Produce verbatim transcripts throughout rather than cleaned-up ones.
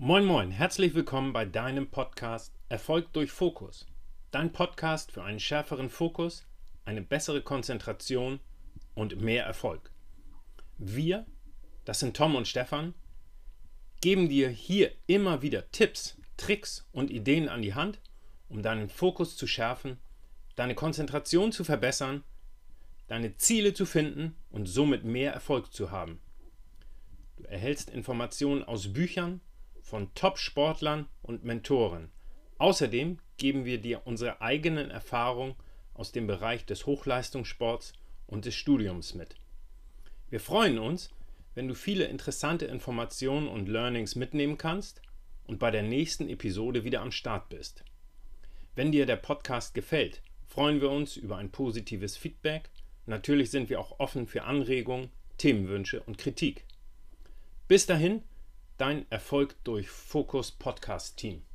Moin Moin, herzlich willkommen bei deinem Podcast Erfolg durch Fokus. Dein Podcast für einen schärferen Fokus, eine bessere Konzentration und mehr Erfolg. Wir, das sind Tom und Stefan, geben dir hier immer wieder Tipps, Tricks und Ideen an die Hand, um deinen Fokus zu schärfen, deine Konzentration zu verbessern, deine Ziele zu finden und somit mehr Erfolg zu haben. Du erhältst Informationen aus Büchern, von Top-Sportlern und Mentoren. Außerdem geben wir dir unsere eigenen Erfahrungen aus dem Bereich des Hochleistungssports und des Studiums mit. Wir freuen uns, wenn du viele interessante Informationen und Learnings mitnehmen kannst und bei der nächsten Episode wieder am Start bist. Wenn dir der Podcast gefällt, freuen wir uns über ein positives Feedback. Natürlich sind wir auch offen für Anregungen, Themenwünsche und Kritik. Bis dahin, dein Erfolg durch Fokus Podcast Team.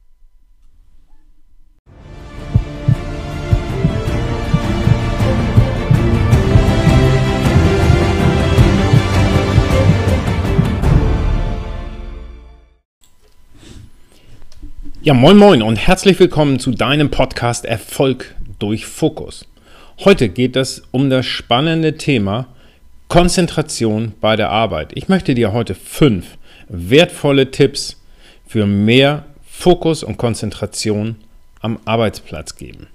Ja, moin moin und herzlich willkommen zu deinem Podcast Erfolg durch Fokus. Heute geht es um das spannende Thema Konzentration bei der Arbeit. Ich möchte dir heute fünf wertvolle Tipps für mehr Fokus und Konzentration am Arbeitsplatz geben.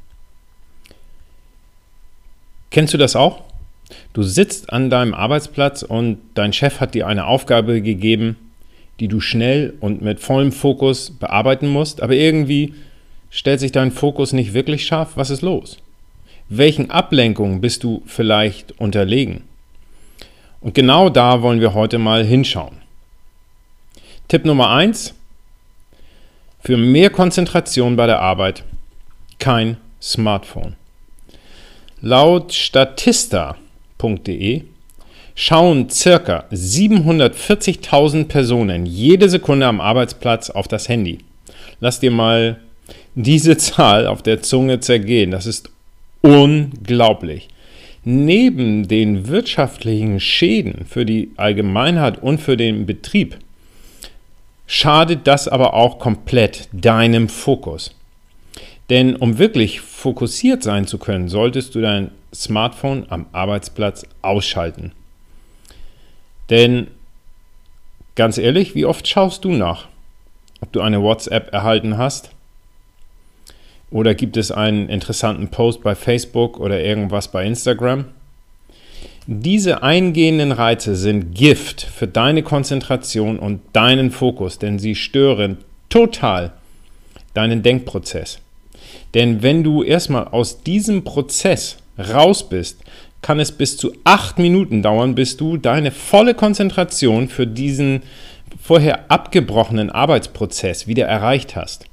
Kennst du das auch? Du sitzt an deinem Arbeitsplatz und dein Chef hat dir eine Aufgabe gegeben, die du schnell und mit vollem Fokus bearbeiten musst, aber irgendwie stellt sich dein Fokus nicht wirklich scharf. Was ist los? Welchen Ablenkungen bist du vielleicht unterlegen? Und genau da wollen wir heute mal hinschauen. Tipp Nummer eins. Für mehr Konzentration bei der Arbeit kein Smartphone. Laut statista punkt de schauen ca. siebenhundertvierzigtausend Personen jede Sekunde am Arbeitsplatz auf das Handy. Lass dir mal diese Zahl auf der Zunge zergehen. Das ist unglaublich. Neben den wirtschaftlichen Schäden für die Allgemeinheit und für den Betrieb schadet das aber auch komplett deinem Fokus. Denn um wirklich fokussiert sein zu können, solltest du dein Smartphone am Arbeitsplatz ausschalten. Denn ganz ehrlich, wie oft schaust du nach, ob du eine WhatsApp erhalten hast? Oder gibt es einen interessanten Post bei Facebook oder irgendwas bei Instagram? Diese eingehenden Reize sind Gift für deine Konzentration und deinen Fokus, denn sie stören total deinen Denkprozess. Denn wenn du erstmal aus diesem Prozess raus bist, kann es bis zu acht Minuten dauern, bis du deine volle Konzentration für diesen vorher abgebrochenen Arbeitsprozess wieder erreicht hast.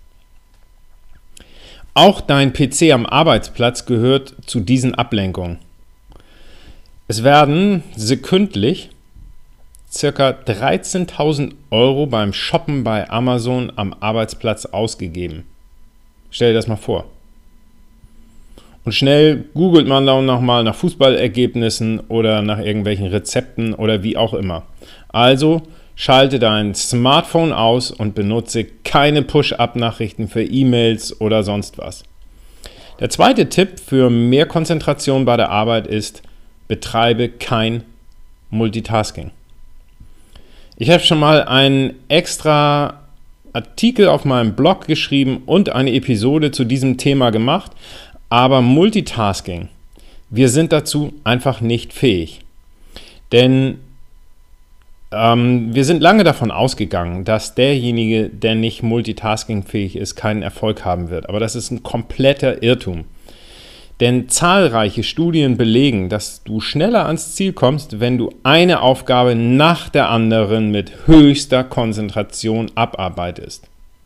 Auch dein P C am Arbeitsplatz gehört zu diesen Ablenkungen. Es werden sekündlich ca. dreizehntausend Euro beim Shoppen bei Amazon am Arbeitsplatz ausgegeben. Stell dir das mal vor. Und schnell googelt man dann nochmal nach Fußballergebnissen oder nach irgendwelchen Rezepten oder wie auch immer. Also schalte dein Smartphone aus und benutze keine Push-Up-Nachrichten für E-Mails oder sonst was. Der zweite Tipp für mehr Konzentration bei der Arbeit ist, betreibe kein Multitasking. Ich habe schon mal einen extra Artikel auf meinem Blog geschrieben und eine Episode zu diesem Thema gemacht, aber Multitasking, wir sind dazu einfach nicht fähig. Denn ähm, wir sind lange davon ausgegangen, dass derjenige, der nicht multitaskingfähig ist, keinen Erfolg haben wird. Aber das ist ein kompletter Irrtum. Denn zahlreiche Studien belegen, dass du schneller ans Ziel kommst, wenn du eine Aufgabe nach der anderen mit höchster Konzentration abarbeitest.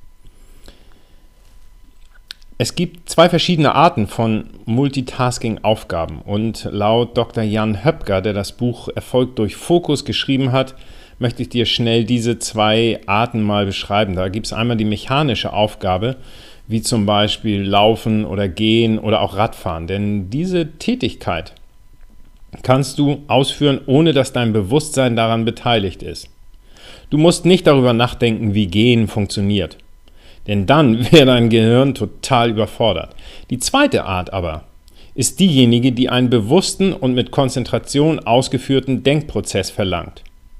Es gibt zwei verschiedene Arten von Multitasking-Aufgaben und laut Doktor Jan Höpker, der das Buch Erfolg durch Fokus geschrieben hat, möchte ich dir schnell diese zwei Arten mal beschreiben. Da gibt es einmal die mechanische Aufgabe, wie zum Beispiel Laufen oder Gehen oder auch Radfahren. Denn diese Tätigkeit kannst du ausführen, ohne dass dein Bewusstsein daran beteiligt ist. Du musst nicht darüber nachdenken, wie Gehen funktioniert. Denn dann wäre dein Gehirn total überfordert. Die zweite Art aber ist diejenige, die einen bewussten und mit Konzentration ausgeführten Denkprozess verlangt.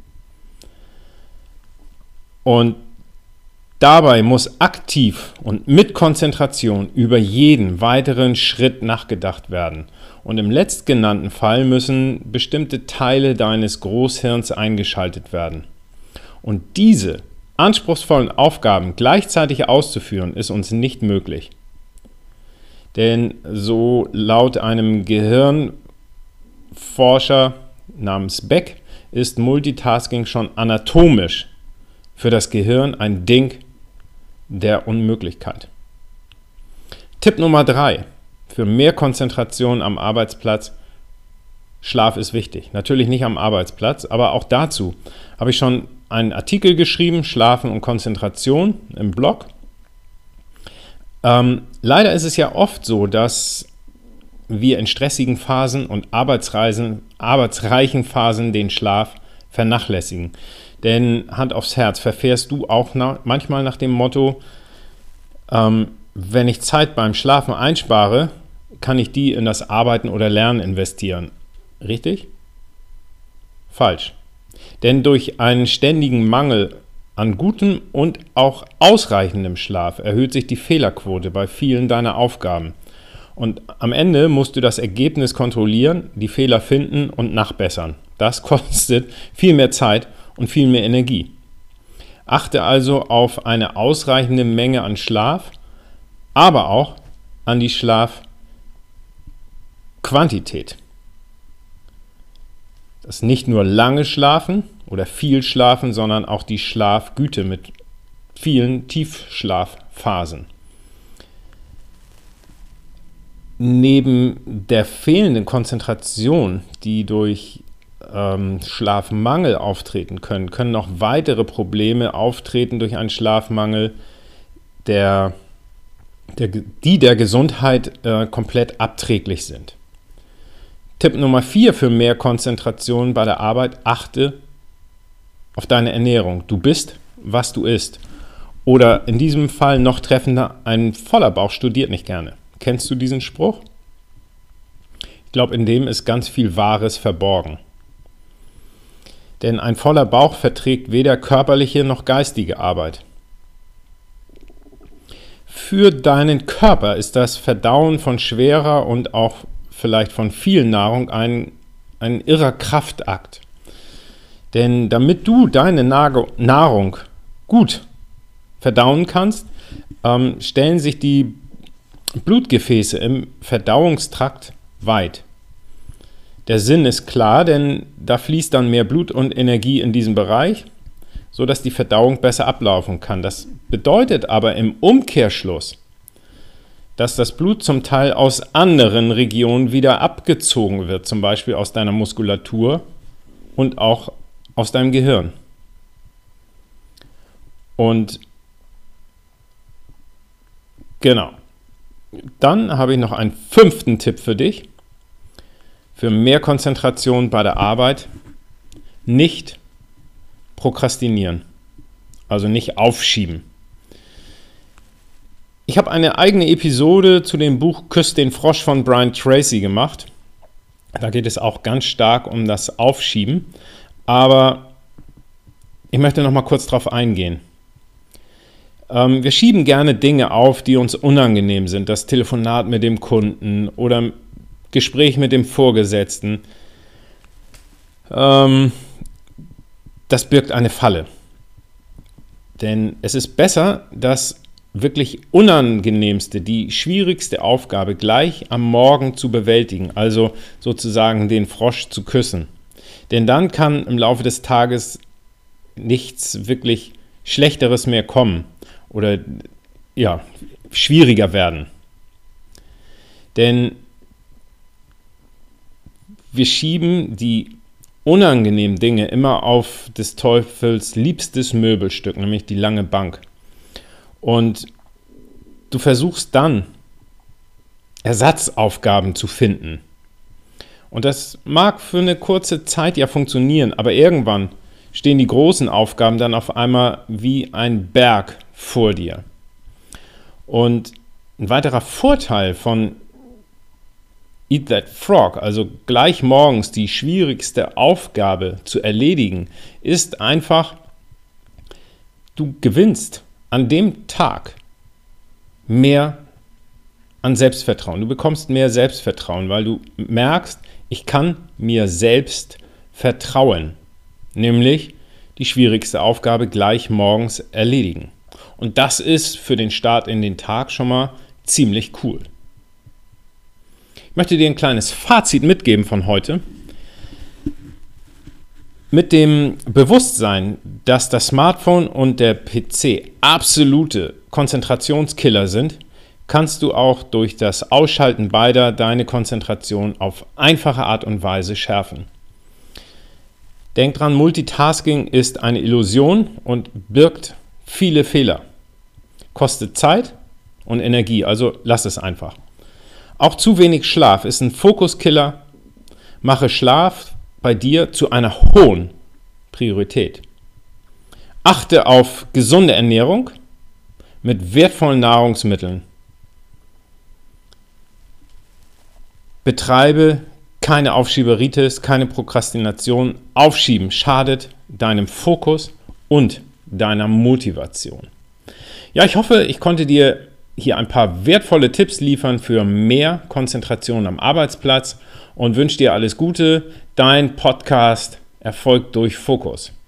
Und dabei muss aktiv und mit Konzentration über jeden weiteren Schritt nachgedacht werden. Und im letztgenannten Fall müssen bestimmte Teile deines Großhirns eingeschaltet werden. Und diese anspruchsvollen Aufgaben gleichzeitig auszuführen, ist uns nicht möglich. Denn so laut einem Gehirnforscher namens Beck ist Multitasking schon anatomisch für das Gehirn ein Ding der Unmöglichkeit. Tipp Nummer drei. Für mehr Konzentration am Arbeitsplatz. Schlaf ist wichtig. Natürlich nicht am Arbeitsplatz, aber auch dazu habe ich schon einen Artikel geschrieben, Schlafen und Konzentration im Blog. Ähm, leider ist es ja oft so, dass wir in stressigen Phasen und Arbeitsreisen, arbeitsreichen Phasen den Schlaf vernachlässigen. Denn Hand aufs Herz, verfährst du auch na, manchmal nach dem Motto, ähm, wenn ich Zeit beim Schlafen einspare, kann ich die in das Arbeiten oder Lernen investieren. Richtig? Falsch. Denn durch einen ständigen Mangel an gutem und auch ausreichendem Schlaf erhöht sich die Fehlerquote bei vielen deiner Aufgaben. Und am Ende musst du das Ergebnis kontrollieren, die Fehler finden und nachbessern. Das kostet viel mehr Zeit und viel mehr Energie. Achte also auf eine ausreichende Menge an Schlaf, aber auch an die Schlafquantität. Das ist nicht nur lange Schlafen oder viel Schlafen, sondern auch die Schlafgüte mit vielen Tiefschlafphasen. Neben der fehlenden Konzentration, die durch ähm, Schlafmangel auftreten können, können noch weitere Probleme auftreten durch einen Schlafmangel, der, der, die der Gesundheit äh, komplett abträglich sind. Tipp Nummer vier für mehr Konzentration bei der Arbeit: Achte auf deine Ernährung. Du bist, was du isst. Oder in diesem Fall noch treffender, ein voller Bauch studiert nicht gerne. Kennst du diesen Spruch? Ich glaube, in dem ist ganz viel Wahres verborgen. Denn ein voller Bauch verträgt weder körperliche noch geistige Arbeit. Für deinen Körper ist das Verdauen von schwerer und auch vielleicht von viel Nahrung ein, ein irrer Kraftakt. Denn damit du deine Nahrung gut verdauen kannst, ähm, stellen sich die Blutgefäße im Verdauungstrakt weit. Der Sinn ist klar, denn da fließt dann mehr Blut und Energie in diesen Bereich, sodass die Verdauung besser ablaufen kann. Das bedeutet aber im Umkehrschluss, dass das Blut zum Teil aus anderen Regionen wieder abgezogen wird, zum Beispiel aus deiner Muskulatur und auch aus deinem Gehirn. Und genau. Dann habe ich noch einen fünften Tipp für dich. Für mehr Konzentration bei der Arbeit: Nicht prokrastinieren, also nicht aufschieben. Ich habe eine eigene Episode zu dem Buch Küss den Frosch von Brian Tracy gemacht. Da geht es auch ganz stark um das Aufschieben. Aber ich möchte noch mal kurz darauf eingehen. Ähm, wir schieben gerne Dinge auf, die uns unangenehm sind. Das Telefonat mit dem Kunden oder Gespräch mit dem Vorgesetzten. Ähm, das birgt eine Falle. Denn es ist besser, das wirklich unangenehmste, die schwierigste Aufgabe gleich am Morgen zu bewältigen, also sozusagen den Frosch zu küssen. Denn dann kann im Laufe des Tages nichts wirklich Schlechteres mehr kommen oder ja, schwieriger werden. Denn wir schieben die unangenehmen Dinge immer auf des Teufels liebstes Möbelstück, nämlich die lange Bank. Und du versuchst dann, Ersatzaufgaben zu finden. Und das mag für eine kurze Zeit ja funktionieren, aber irgendwann stehen die großen Aufgaben dann auf einmal wie ein Berg vor dir. Und ein weiterer Vorteil von Eat That Frog, also gleich morgens die schwierigste Aufgabe zu erledigen, ist einfach, du gewinnst an dem Tag mehr an Selbstvertrauen. Du bekommst mehr Selbstvertrauen, weil du merkst, ich kann mir selbst vertrauen, nämlich die schwierigste Aufgabe gleich morgens erledigen. Und das ist für den Start in den Tag schon mal ziemlich cool. Ich möchte dir ein kleines Fazit mitgeben von heute. Mit dem Bewusstsein, dass das Smartphone und der P C absolute Konzentrationskiller sind, kannst du auch durch das Ausschalten beider deine Konzentration auf einfache Art und Weise schärfen. Denk dran, Multitasking ist eine Illusion und birgt viele Fehler. Kostet Zeit und Energie, also lass es einfach. Auch zu wenig Schlaf ist ein Fokuskiller. Mache Schlaf bei dir zu einer hohen Priorität. Achte auf gesunde Ernährung mit wertvollen Nahrungsmitteln. Betreibe keine Aufschieberitis, keine Prokrastination. Aufschieben schadet deinem Fokus und deiner Motivation. Ja, ich hoffe, ich konnte dir hier ein paar wertvolle Tipps liefern für mehr Konzentration am Arbeitsplatz und wünsche dir alles Gute. Dein Podcast Erfolg durch Fokus.